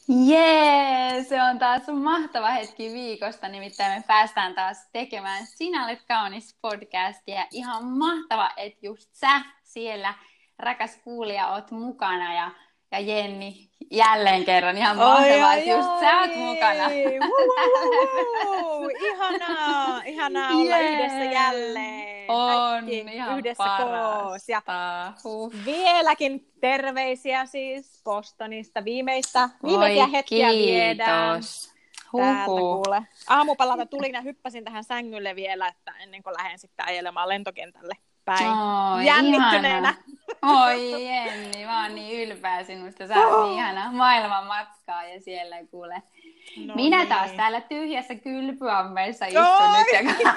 Jee, se on taas mahtava hetki viikosta, nimittäin me päästään taas tekemään Sinä olet kaunis podcastia. Ja ihan mahtava, että just sä siellä, rakas kuulija, oot mukana ja Jenni, jälleen kerran ihan mahtavaa, että just sä oot mukana. Ihanaa olla yhdessä jälleen. On, Kaikki ihan yhdessä koos. Ja vieläkin terveisiä siis Bostonista. Viimeisiä hetkiä viedään. Täältä kuule. Aamupalalta tulin ja hyppäsin tähän sängylle vielä, että ennen kuin lähden sitten ajelemaan lentokentälle päin. Jännittyneenä. Oi Jenni, mä oon niin ylpeä sinusta. Sä oot niin ihana maailman matkaa ja siellä kuule. No minä niin. Taas täällä tyhjässä kylpyammeessa istun nyt ja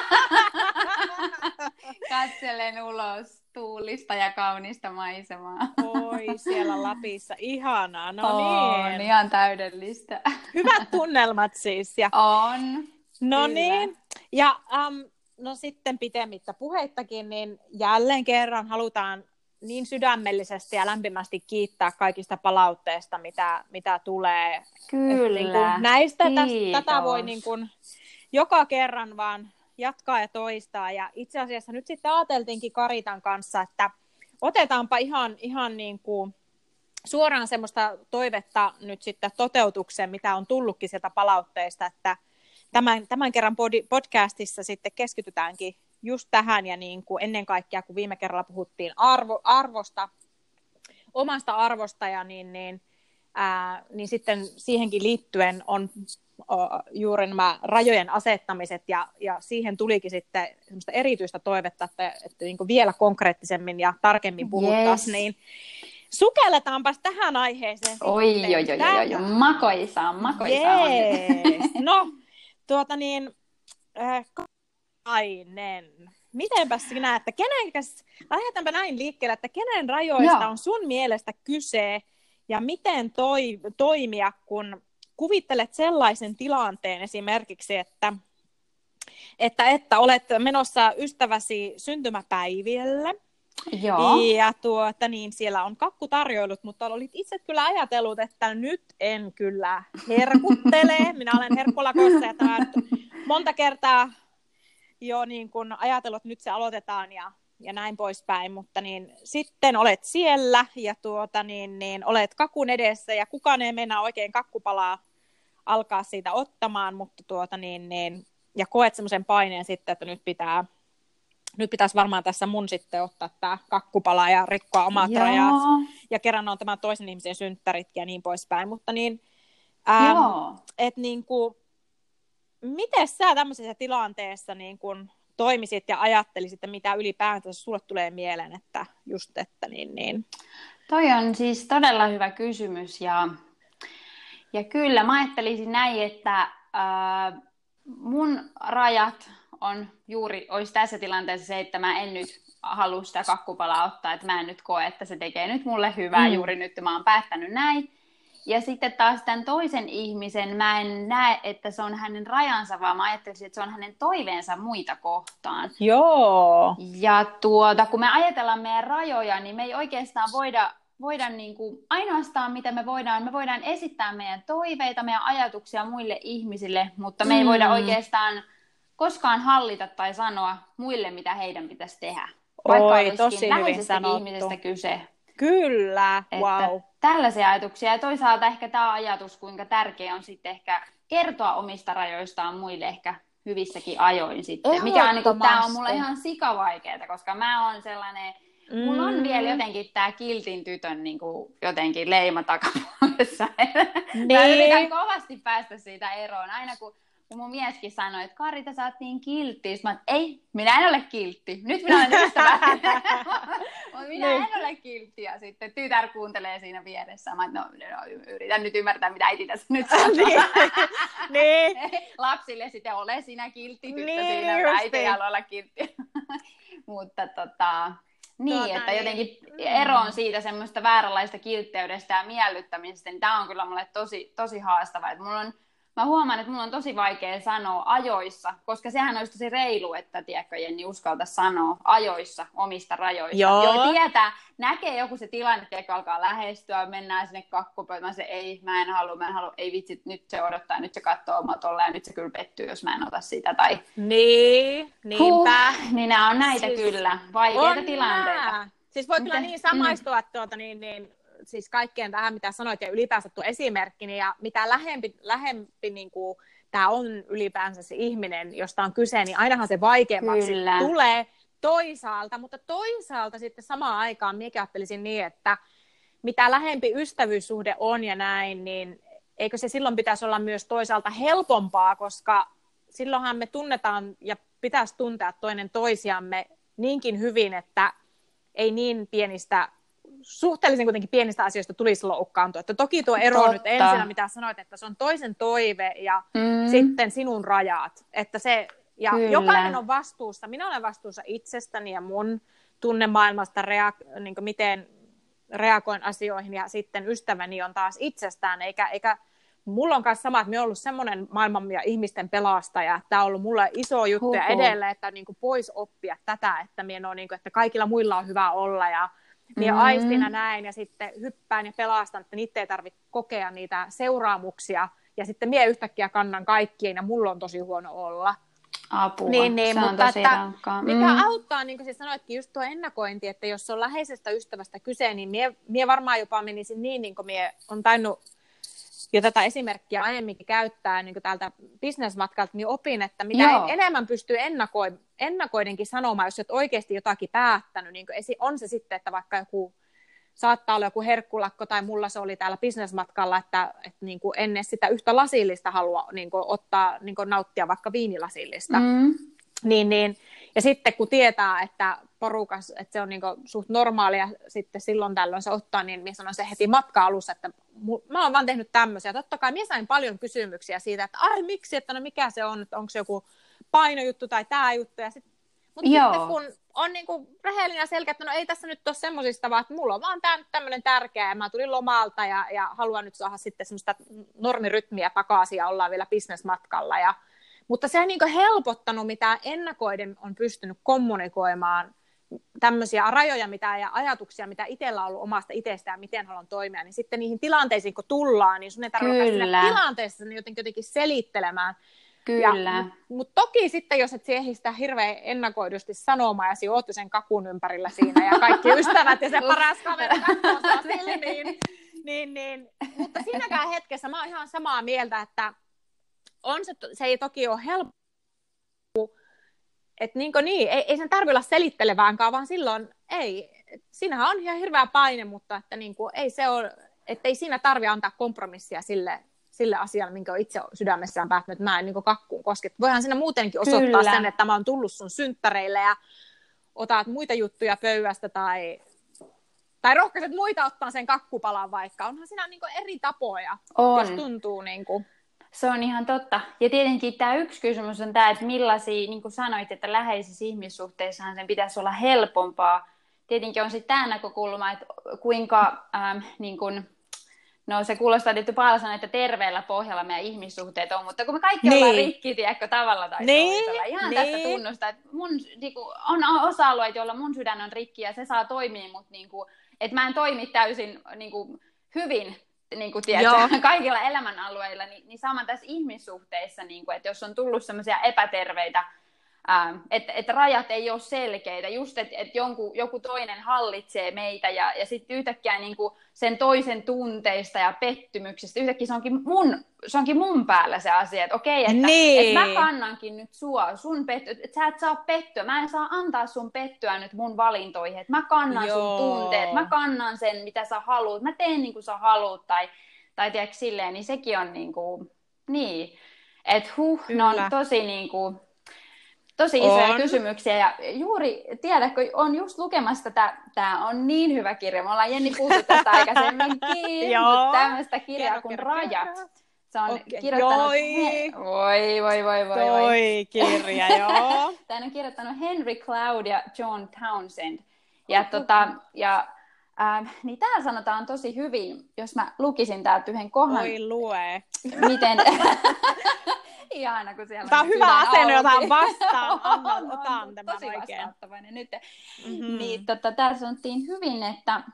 katselen ulos tuulista ja kaunista maisemaa. Oi, siellä Lapissa. Ihanaa. No niin. Ihan täydellistä. Hyvät tunnelmat siis. Ja... On. No niin. Ja no sitten pitemmittä puheittakin, niin jälleen kerran halutaan niin sydämellisesti ja lämpimästi kiittää kaikista palautteista, mitä tulee. Kyllä. Niin näistä tätä voi niin kuin joka kerran vaan jatkaa ja toistaa. Ja itse asiassa nyt sitten ajateltiinkin Karitan kanssa, että otetaanpa ihan niin kuin suoraan semmoista toivetta nyt sitten toteutukseen, mitä on tullutkin sieltä palautteista, että tämän kerran podcastissa sitten keskitytäänkin just tähän ja niin kuin ennen kaikkea, kun viime kerralla puhuttiin arvosta, omasta arvosta ja niin sitten siihenkin liittyen on juuri nämä rajojen asettamiset ja siihen tulikin sitten semmoista erityistä toivetta, että niin kuin vielä konkreettisemmin ja tarkemmin puhuttaisiin, niin sukelletaanpas tähän aiheeseen. Oi, makoisaa. Yes. No, mitenpäs sinä, että lähdetäänpä näin liikkeelle, että kenen rajoista on sun mielestä kyse ja miten toimia, kun kuvittelet sellaisen tilanteen esimerkiksi, että olet menossa ystäväsi syntymäpäiville. Joo. Ja siellä on kakkutarjoilut, mutta olit itse kyllä ajatellut, että nyt en kyllä herkuttele. Minä olen herkkulakossa ja tämä monta kertaa jo niin kun ajatellut, että nyt se aloitetaan ja näin poispäin, mutta niin sitten olet siellä ja olet kakun edessä ja kukaan ei meinaa oikein kakkupalaa alkaa siitä ottamaan, mutta ja koet semmoisen paineen sitten, että nyt pitäisi varmaan tässä mun sitten ottaa tämä kakkupala ja rikkoa omat rajat ja kerran on tämän toisen ihmisen synttärit ja niin poispäin, mutta että miten sä tämmöisessä tilanteessa niin kun toimisit ja ajattelisit, että mitä ylipäätään sulle tulee mieleen, että just että niin. Toi on siis todella hyvä kysymys ja kyllä mä ajattelisin näin, että mun rajat olisi tässä tilanteessa se, että mä en nyt halua sitä kakkupalaa ottaa, että mä en nyt koe, että se tekee nyt mulle hyvää juuri nyt, mä oon päättänyt näin. Ja sitten taas tämän toisen ihmisen mä en näe, että se on hänen rajansa, vaan mä ajattelisin, että se on hänen toiveensa muita kohtaan. Joo. Ja kun me ajatellaan meidän rajoja, niin me ei oikeastaan voida niin kuin, ainoastaan mitä me voidaan esittää meidän toiveita, meidän ajatuksia muille ihmisille, mutta me ei voida oikeastaan koskaan hallita tai sanoa muille, mitä heidän pitäisi tehdä. Vaikka olisikin läheisestä ihmisestä kyse. Kyllä, wow. Tällaisia ajatuksia ja toisaalta ehkä tämä ajatus, kuinka tärkeä on sitten ehkä kertoa omista rajoistaan muille ehkä hyvissäkin ajoin sitten. Mikä on, niin tämä on mulle ihan sikavaikeeta, koska mä oon sellainen, mulla on vielä jotenkin tämä kiltin tytön niin kuin jotenkin leima takapuolessa. Mä yritän kovasti päästä siitä eroon. Aina kun mun mieskin sanoi, että Karita, sä oot niin kiltti. Mä ei, minä en ole kiltti. Nyt minä olen ystävä. Mutta minä en ole kiltti. Ja sitten tytär kuuntelee siinä vieressä. Mä yritän nyt ymmärtää, mitä äiti tässä nyt sanoo. Lapsille sitten ole sinä kiltti tyttö siinä. Äiti ei halua olla kiltti. Mutta että jotenkin eroon siitä semmoista vääränlaista kiltteydestä ja miellyttämisestä, niin tämä on kyllä mulle tosi haastava. Että mulla on mä huomaan, että mulla on tosi vaikea sanoa ajoissa, koska sehän olisi tosi reilu, että tiedätkö, Jenni uskalta sanoa ajoissa omista rajoista. Joo, tietää, näkee joku se tilanne, että alkaa lähestyä, mennään sinne kakkupöytään, se ei, mä en halua, ei vitsi, nyt se odottaa, nyt se katsoo omatolla ja nyt se kyllä pettyy, jos mä en ota sitä. Tai... Niin, niinpä. Niin nämä on näitä siis, kyllä, vaikeita tilanteita. Siis voi kyllä niin samaistua siis kaikkeen tähän, mitä sanoit, ja ylipäänsä tuo esimerkkini, ja mitä lähempi niin kuin, tämä on ylipäänsä se ihminen, josta on kyse, niin ainahan se vaikeammaksi tulee toisaalta, mutta toisaalta sitten samaan aikaan minäkin ajattelisin niin, että mitä lähempi ystävyyssuhde on ja näin, niin eikö se silloin pitäisi olla myös toisaalta helpompaa, koska silloinhan me tunnetaan ja pitäisi tuntea toinen toisiamme niinkin hyvin, että ei niin suhteellisen kuitenkin pienistä asioista tulisi loukkaantua. Että toki tuo ero nyt ensin, mitä sanoit, että se on toisen toive ja sitten sinun rajat. Että se, ja jokainen on vastuussa. Minä olen vastuussa itsestäni ja mun tunnemaailmasta, niin kuin miten reagoin asioihin, ja sitten ystäväni on taas itsestään. Eikä mulla on myös sama, että minä olen ollut semmoinen maailman ja ihmisten pelastaja, että tämä on ollut mulle iso juttu ja edelleen, että niin kuin pois oppia tätä, että, minä on, niin kuin, että kaikilla muilla on hyvä olla ja minä aistina näin ja sitten hyppään ja pelastan, että niitä ei tarvitse kokea niitä seuraamuksia ja sitten minä yhtäkkiä kannan kaikkien ja mulla on tosi huono olla. Apua, niin, se on mutta tosi rankkaa. Mikä auttaa, niin kuin siis sanoitkin, just tuo ennakointi, että jos on läheisestä ystävästä kyse, niin minä varmaan jopa menisin niin kuin minä on tainnut jo tätä esimerkkiä aiemminkin käyttää niin kuin täältä bisnesmatkalta, niin opin, että mitä enemmän pystyy ennakoidenkin sanomaan, jos et oikeasti jotakin päättänyt, niin kuin on se sitten, että vaikka saattaa olla joku herkkulakko, tai mulla se oli täällä bisnesmatkalla, että niin kuin ennen sitä yhtä lasillista halua niin kuin ottaa, niin kuin nauttia vaikka viinilasillista. Niin, ja sitten kun tietää, että porukas, että se on niin kuin suht normaalia, sitten silloin tällöin se ottaa, niin minä sanon se heti matka-alussa, että mä oon vaan tehnyt tämmöisiä. Totta kai minä sain paljon kysymyksiä siitä, että ai miksi, että no mikä se on, että onko se joku painojuttu tai tämä juttu. Mutta sitten kun on niin kuin rehellinen ja selkeä, että no ei tässä nyt ole semmoisista, vaan että mulla on vaan tämmöinen tärkeä, ja mä tulin lomalta ja haluan nyt saada sitten semmoista normirytmiä takaisin ja ollaan vielä bisnesmatkalla. Mutta se on niin kuin helpottanut, mitä ennakoiden on pystynyt kommunikoimaan tämmöisiä rajoja ja ajatuksia, mitä itsellä on ollut omasta itsestään, miten haluan toimia, niin sitten niihin tilanteisiin, kun tullaan, niin sun ei tarvitse siinä tilanteessa niin jotenkin selittelemään. Kyllä. Mutta toki sitten, jos et ehdi sitä hirveän ennakoidusti sanomaan, ja oot sen kakun ympärillä siinä, ja kaikki ystävät ja se paras kaveri katsoo saa silmiin, niin, mutta siinäkään hetkessä mä oon ihan samaa mieltä, että se ei toki ole helppo, että ei sen tarvitse olla selitteleväänkaan, vaan silloin siinähän on ihan hirveä paine, mutta että ei se ole, että ei siinä tarvitse antaa kompromissia sille asialle, minkä on itse sydämessään päättänyt, että mä en kakkuun koske. Voihan siinä muutenkin osoittaa sen, että mä oon tullut sun synttäreille ja otat muita juttuja pöydästä tai rohkaiset muita ottaa sen kakkupalan vaikka. Onhan siinä eri tapoja, jos tuntuu Se on ihan totta. Ja tietenkin tämä yksi kysymys on tämä, että millaisia, niin kuin sanoit, että läheisissä ihmissuhteissahan sen pitäisi olla helpompaa. Tietenkin on sitten tämä näkökulma, että kuinka, se kuulostaa tietysti paljon sanoa, että terveellä pohjalla meidän ihmissuhteet on, mutta kun me kaikki ollaan rikki, tiedätkö, tavalla tai toisella. Ihan tästä tunnusta, että on osa-alueita, joilla mun sydän on rikki ja se saa toimia, mutta että mä en toimi täysin hyvin, tiedätkö, kaikilla elämänalueilla, niin sama tässä ihmissuhteissa, että jos on tullut semmoisia epäterveitä, että rajat ei ole selkeitä, just että joku toinen hallitsee meitä ja sitten yhtäkkiä sen toisen tunteista ja pettymyksistä, yhtäkkiä se onkin mun päällä se asia, että okei, että mä kannankin nyt sua, että sä et saa pettyä, mä en saa antaa sun pettyä nyt mun valintoihin, että mä kannan sun tunteet, mä kannan sen, mitä sä haluut, mä teen niin kuin sä haluut, tai tiedätkö silleen, niin sekin on että ne on tosi isoja kysymyksiä, ja juuri, tiedätkö, on just lukemassa tämä on niin hyvä kirja, me ollaan Jenni puhuttu tästä aikaisemminkin, mutta tämmöistä kirjaa kuin Rajat. Se on kirjoittanut... Voi kirja, joo. Tämän on kirjoittanut Henry Cloud ja John Townsend. Ja Niin täällä sanotaan tosi hyvin, jos mä lukisin täältä yhden kohdan. Oi lue. Miten... Ihana, kun siellä tämä on hyvä asenne, jota vastaan. Otan tämän tosi oikein. vastaattavainen nyt. Niin, täällä sanottiin hyvin, että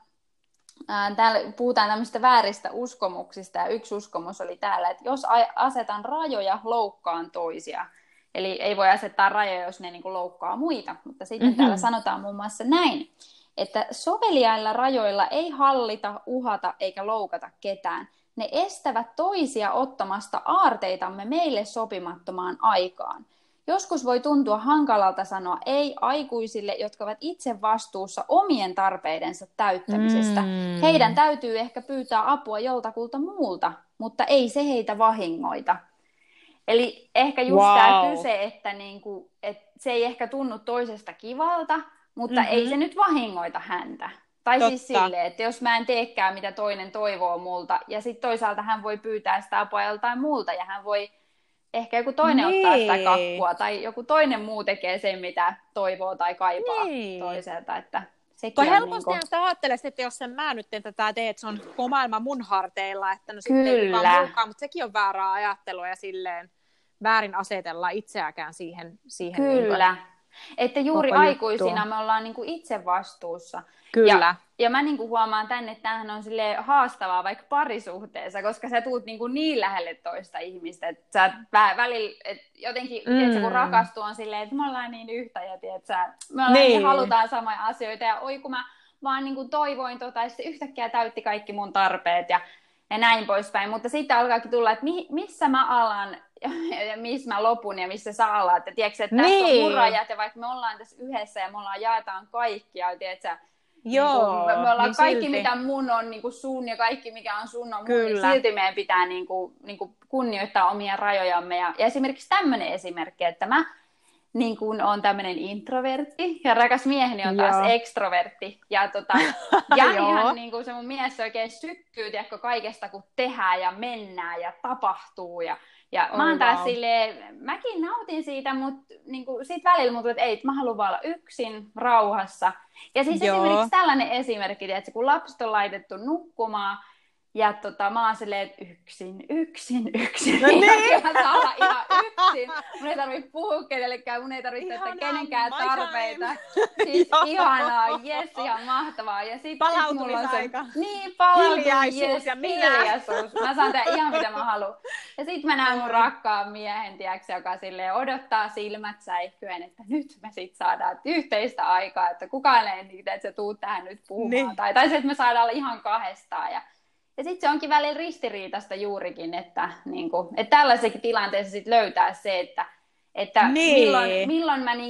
täällä puhutaan tämmöistä vääristä uskomuksista, ja yksi uskomus oli täällä, että jos asetan rajoja, loukkaan toisia. Eli ei voi asettaa rajoja, jos ne niin kuin loukkaa muita. Mutta sitten täällä sanotaan muun muassa näin, että soveliailla rajoilla ei hallita, uhata eikä loukata ketään. Ne estävät toisia ottamasta aarteitamme meille sopimattomaan aikaan. Joskus voi tuntua hankalalta sanoa ei aikuisille, jotka ovat itse vastuussa omien tarpeidensa täyttämisestä. Heidän täytyy ehkä pyytää apua joltakulta muulta, mutta ei se heitä vahingoita. Eli ehkä just tämä kyse, että se ei ehkä tunnu toisesta kivalta, mutta ei se nyt vahingoita häntä. Tai siis silleen, että jos mä en teekään, mitä toinen toivoo multa, ja sitten toisaalta hän voi pyytää sitä apua joltain muulta, ja hän voi ehkä joku toinen ottaa sitä kakkua, tai joku toinen muu tekee sen, mitä toivoo tai kaipaa toiselta. Että sekin on helposti sitä ajattelisi, että jos mä nyt tätä teet, se on koko maailma mun harteilla, että no sitten ei kukaan muukaan, mutta sekin on väärää ajattelua ja silleen väärin asetella itseäkään siihen. Kyllä. Että juuri aikuisina me ollaan niinku itse vastuussa. Kyllä. Ja mä niinku huomaan tänne, että tämähän on silleen haastavaa vaikka parisuhteessa, koska sä tuut niinku niin lähelle toista ihmistä, että sä välillä, jotenkin tiedätkö, kun rakastuu on silleen, että me ollaan niin yhtä ja tiedätkö, me ollaan niin halutaan samoja asioita ja oi kun mä vaan niinku toivoin ja sitten yhtäkkiä täytti kaikki mun tarpeet ja näin poispäin, mutta sitten alkaakin tulla, että missä mä alan ja missä mä lopun ja missä sä alat. Ja tiedätkö, että tässä on mun rajat ja vaikka me ollaan tässä yhdessä ja me jaetaan kaikkia, tiedätkö, joo, me ollaan niin kaikki, silti. mitä mun on niin kuin sun ja kaikki, mikä on sun on mun, niin silti meidän pitää niin kuin kunnioittaa omia rajojamme. Ja esimerkiksi tämmöinen esimerkki, että mä niin kuin on tämmöinen introvertti ja rakas mieheni on taas ekstrovertti. Ja, ja ihan niin kuin se mun mies oikein sykkyy tiedätkö, kaikesta, kun tehdään ja mennään ja tapahtuu. Ja mä oon taas silleen, mäkin nautin siitä, mutta niin siitä välillä mulla että ei, mä haluan vaan olla yksin, rauhassa. Ja siis esimerkiksi tällainen esimerkki, että kun lapset on laitettu nukkumaan, ja mä oon silleen, että yksin. No niin. Mä saa olla ihan yksin. Mun ei tarvitse puhua kenellekään, mun ei tarvitse täyttää kenenkään tarpeita. Siis ihanaa, jes, ihan mahtavaa. Ja sit palautumisaika. Niin, hiljaisuus ja hiljaisuus. Mä saan tehdä ihan mitä mä haluan. Ja sit mä näen mun rakkaan miehen, tiiäks, joka silleen odottaa silmät säikkyen, että nyt me sit saadaan yhteistä aikaa, että kukaan ei niitä, että sä tuut tähän nyt puhumaan. Niin. Tai se, että me saadaan olla ihan kahdestaan. Ja sitten se onkin välillä ristiriitasta juurikin, että tällaisessakin tilanteessa sit löytää se, että milloin mä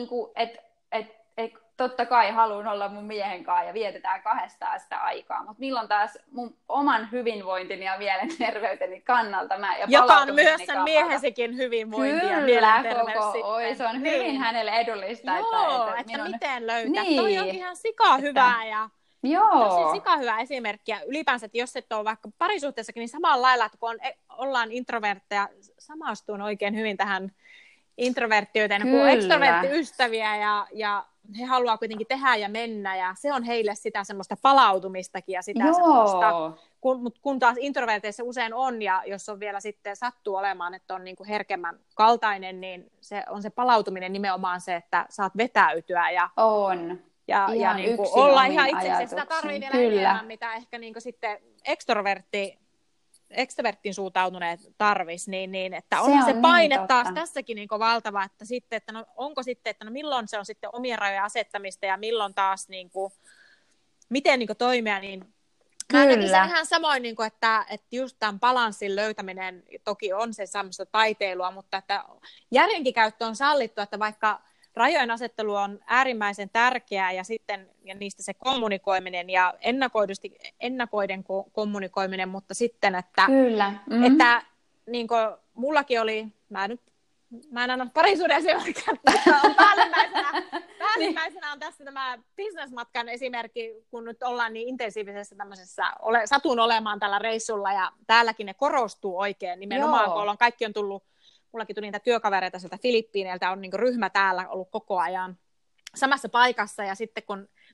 totta kai haluan olla mun miehen kanssa ja vietetään kahdestaan sitä aikaa, mutta milloin taas mun oman hyvinvointini ja mielenterveyteni kannalta joka on myös sen miehesikin hyvinvointi ja mielenterveys sitten. Se on hyvin hänelle edullista. Joo, että miten löytää. Niin. Toi on ihan sika hyvää ja tosi sika hyvä esimerkki. Ja ylipäänsä, että jos et ole vaikka parisuhteessakin, niin samalla lailla, että kun ollaan introvertteja, samastuun oikein hyvin tähän introverttiyteen, kun on ekstroverttiystäviä ja he haluaa kuitenkin tehdä ja mennä, ja se on heille sitä semmoista palautumistakin ja sitä semmoista, kun taas introverteissa usein on, ja jos on vielä sitten sattuu olemaan, että on niin kuin herkemmän kaltainen, niin se on se palautuminen nimenomaan se, että saat vetäytyä ja ja niin kuin olla ihan itsekseen. Sitä tarvitsee vielä enemmän, mitä ehkä niin kuin sitten ekstroverttiin suuntautuneet tarvitsisi, niin että on se paine niin taas tässäkin niin kuin valtava, että sitten, että no, onko sitten, että no milloin se on sitten omien rajojen asettamista ja milloin taas niin kuin, miten niin kuin toimia, niin mä näkisin ihan samoin, niin kuin, että just tämän balanssin löytäminen toki on se semmoista taiteilua, mutta että järjenkin käyttö on sallittu, että vaikka rajojen asettelu on äärimmäisen tärkeää ja sitten ja niistä se kommunikoiminen ja ennakoiden kommunikoiminen, mutta sitten, että, että niin kuin mullakin oli, mä en anna parisuuden esimerkkiä, päällimmäisenä on tässä tämä businessmatkan esimerkki, kun nyt ollaan niin intensiivisessä tämmöisessä, satun olemaan tällä reissulla ja täälläkin ne korostuu oikein, nimenomaan kun kaikki on tullut. Mullakin tuli niitä työkavereita sieltä Filippiineiltä, on niin ryhmä täällä ollut koko ajan samassa paikassa, ja sitten kun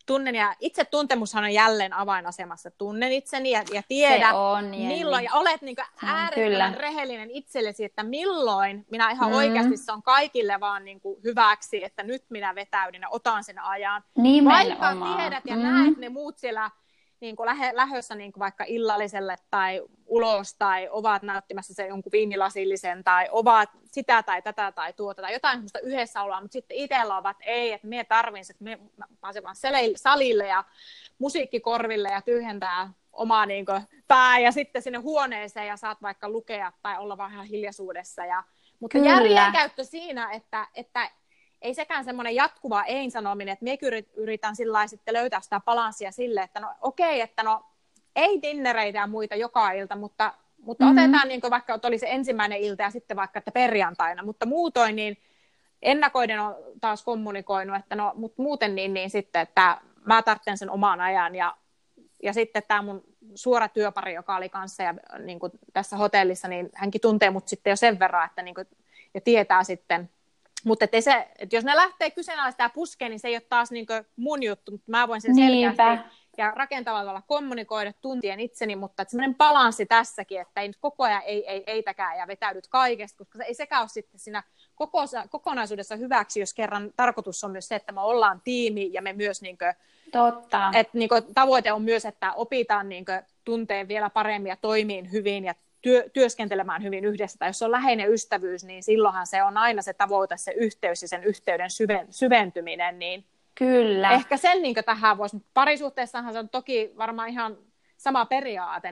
tunnen, ja itsetuntemushan on jälleen avainasemassa. Tunnen itseni ja tiedä, milloin, ja olet niin kuin äärettömän rehellinen itsellesi, että milloin minä ihan oikeasti se on kaikille vaan niin kuin hyväksi, että nyt minä vetäydyn ja otan sen ajan. Nimenomaan. Vaikka tiedät ja näet ne muut siellä niin kuin lähdössä niin kuin vaikka illalliselle tai ulos tai ovat nauttimassa sen jonkun viinilasillisen tai ovat sitä tai tätä tai tuota tai jotain semmoista yhdessä ollaan, mutta sitten itsellä ovat ei, että me tarvitsen, että me pääsen vaan salille ja musiikkikorville ja tyhjentää omaa niin kuin pää ja sitten sinne huoneeseen ja saat vaikka lukea tai olla vähän hiljaisuudessa. Mutta järjenkäyttö siinä, että ei sekään semmoinen jatkuva ei-sanominen, että minäkin yritän sillä sitten löytää sitä balanssia sille, että no okei, että no ei dinnereitä ja muita joka ilta, mutta otetaan niin kuin vaikka, että oli se ensimmäinen ilta ja sitten vaikka, että perjantaina, mutta muutoin niin ennakoiden on taas kommunikoinut, että no mutta muuten niin sitten, että mä tarvitsen sen oman ajan ja sitten tämä mun suora työpari, joka oli kanssa ja niin kuin tässä hotellissa, niin hänkin tuntee mut sitten jo sen verran, että niin kuin, ja tietää sitten. Mutta jos ne lähtee kyseenalaistamaan puskeen, niin se ei ole taas niin mun juttu, mutta mä voin sen selkeästi ja rakentavalla tavalla kommunikoida tuntien itseni, mutta semmoinen balanssi tässäkin, että ei nyt koko ajan eitäkään ja vetäydyt kaikesta, koska ei sekään ole sitten siinä kokonaisuudessa hyväksi, jos kerran tarkoitus on myös se, että me ollaan tiimi ja me myös Totta. Että tavoite on myös, että opitaan tunteen vielä paremmin ja toimiin hyvin ja työskentelemään hyvin yhdessä, tai jos on läheinen ystävyys, niin silloinhan se on aina se tavoite, se yhteys ja sen yhteyden syventyminen, niin kyllä. Ehkä sen tähän voisi, mutta parisuhteessahan se on toki varmaan ihan sama periaate.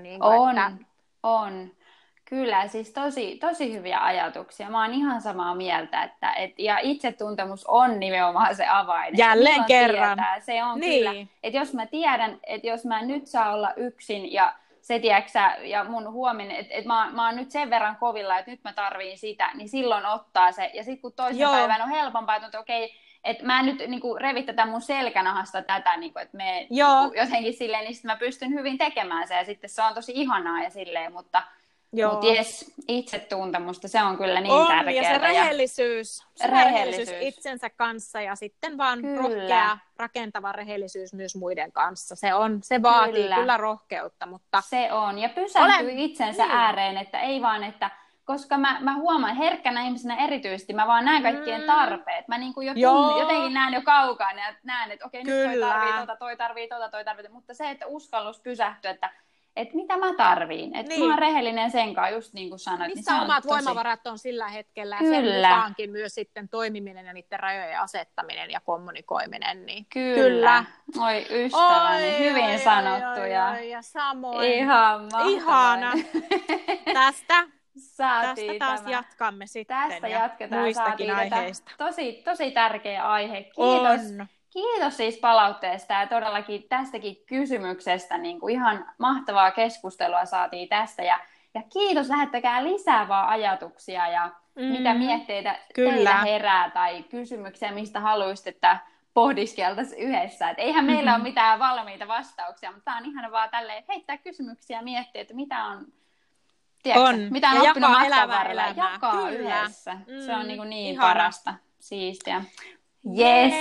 On. Kyllä, siis tosi hyviä ajatuksia. Mä oon ihan samaa mieltä, ja itsetuntemus on nimenomaan se avain. Jälleen kerran. Se on niin. Kyllä, että jos mä tiedän, että jos mä nyt saa olla yksin ja se tiedäksä, ja mun huominen, että mä oon nyt sen verran kovilla, että nyt mä tarviin sitä, niin silloin ottaa se. Ja sitten kun toisen päivän on helpompaa, että okei, että mä en nyt niinku revi tätä mun selkänahasta tätä, niinku, että me niinku, jotenkin silleen, niin sitten mä pystyn hyvin tekemään se, ja sitten se on tosi ihanaa ja silleen, mutta itsetuntemusta, se on kyllä niin tärkeää. Ja se rehellisyys itsensä kanssa ja sitten vaan rohkea, rakentava rehellisyys myös muiden kanssa. Se vaatii kyllä rohkeutta, mutta se on, ja pysähtyy itsensä ääreen, että ei vaan, että koska mä huomaan herkkänä ihmisenä erityisesti, mä vaan näen kaikkien tarpeet. Mä niinku jotenkin näen jo kaukaan ja näen, että okei, nyt toi tarvii tota, mutta se, että uskallus pysähtyä, että mitä mä tarviin. Että mä oon rehellinen senkaan, just niin kuin sanoit. Missä niin omat voimavarat on sillä hetkellä ja sen mukaankin myös sitten toimiminen ja niiden rajojen asettaminen ja kommunikoiminen. Niin kyllä. Oi ystäväni, hyvin sanottu. Ja samoin. Ihan mahtavaa. Ihana. Tästä taas jatkamme sitten. Tästä jatketaan muistakin aiheista. Tosi tärkeä aihe. Kiitos. Kiitos siis palautteesta ja todellakin tästäkin kysymyksestä. Niin kuin ihan mahtavaa keskustelua saatiin tästä. Ja kiitos, lähettäkää lisää vaan ajatuksia ja mitä mietteitä teillä herää tai kysymyksiä, mistä haluaisitte, että pohdiskeltaisiin yhdessä. Et eihän meillä ole mitään valmiita vastauksia, mutta tämä on ihan vaan tälleen heittää kysymyksiä ja miettiä, että mitä on... Mitä on oppinut matkan varrella? Jakaa yhdessä. Se on niin parasta. Siistiä. Yes.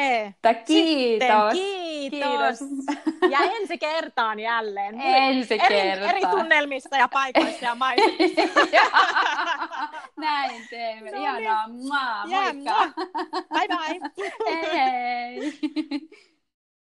Kiitos. Kiitos. Ja ensi kertaan jälleen. Eri tunnelmissa ja paikoissa ja maisemissa. Näin teemme. Ihanaa. Moikka. Bye bye. Hei.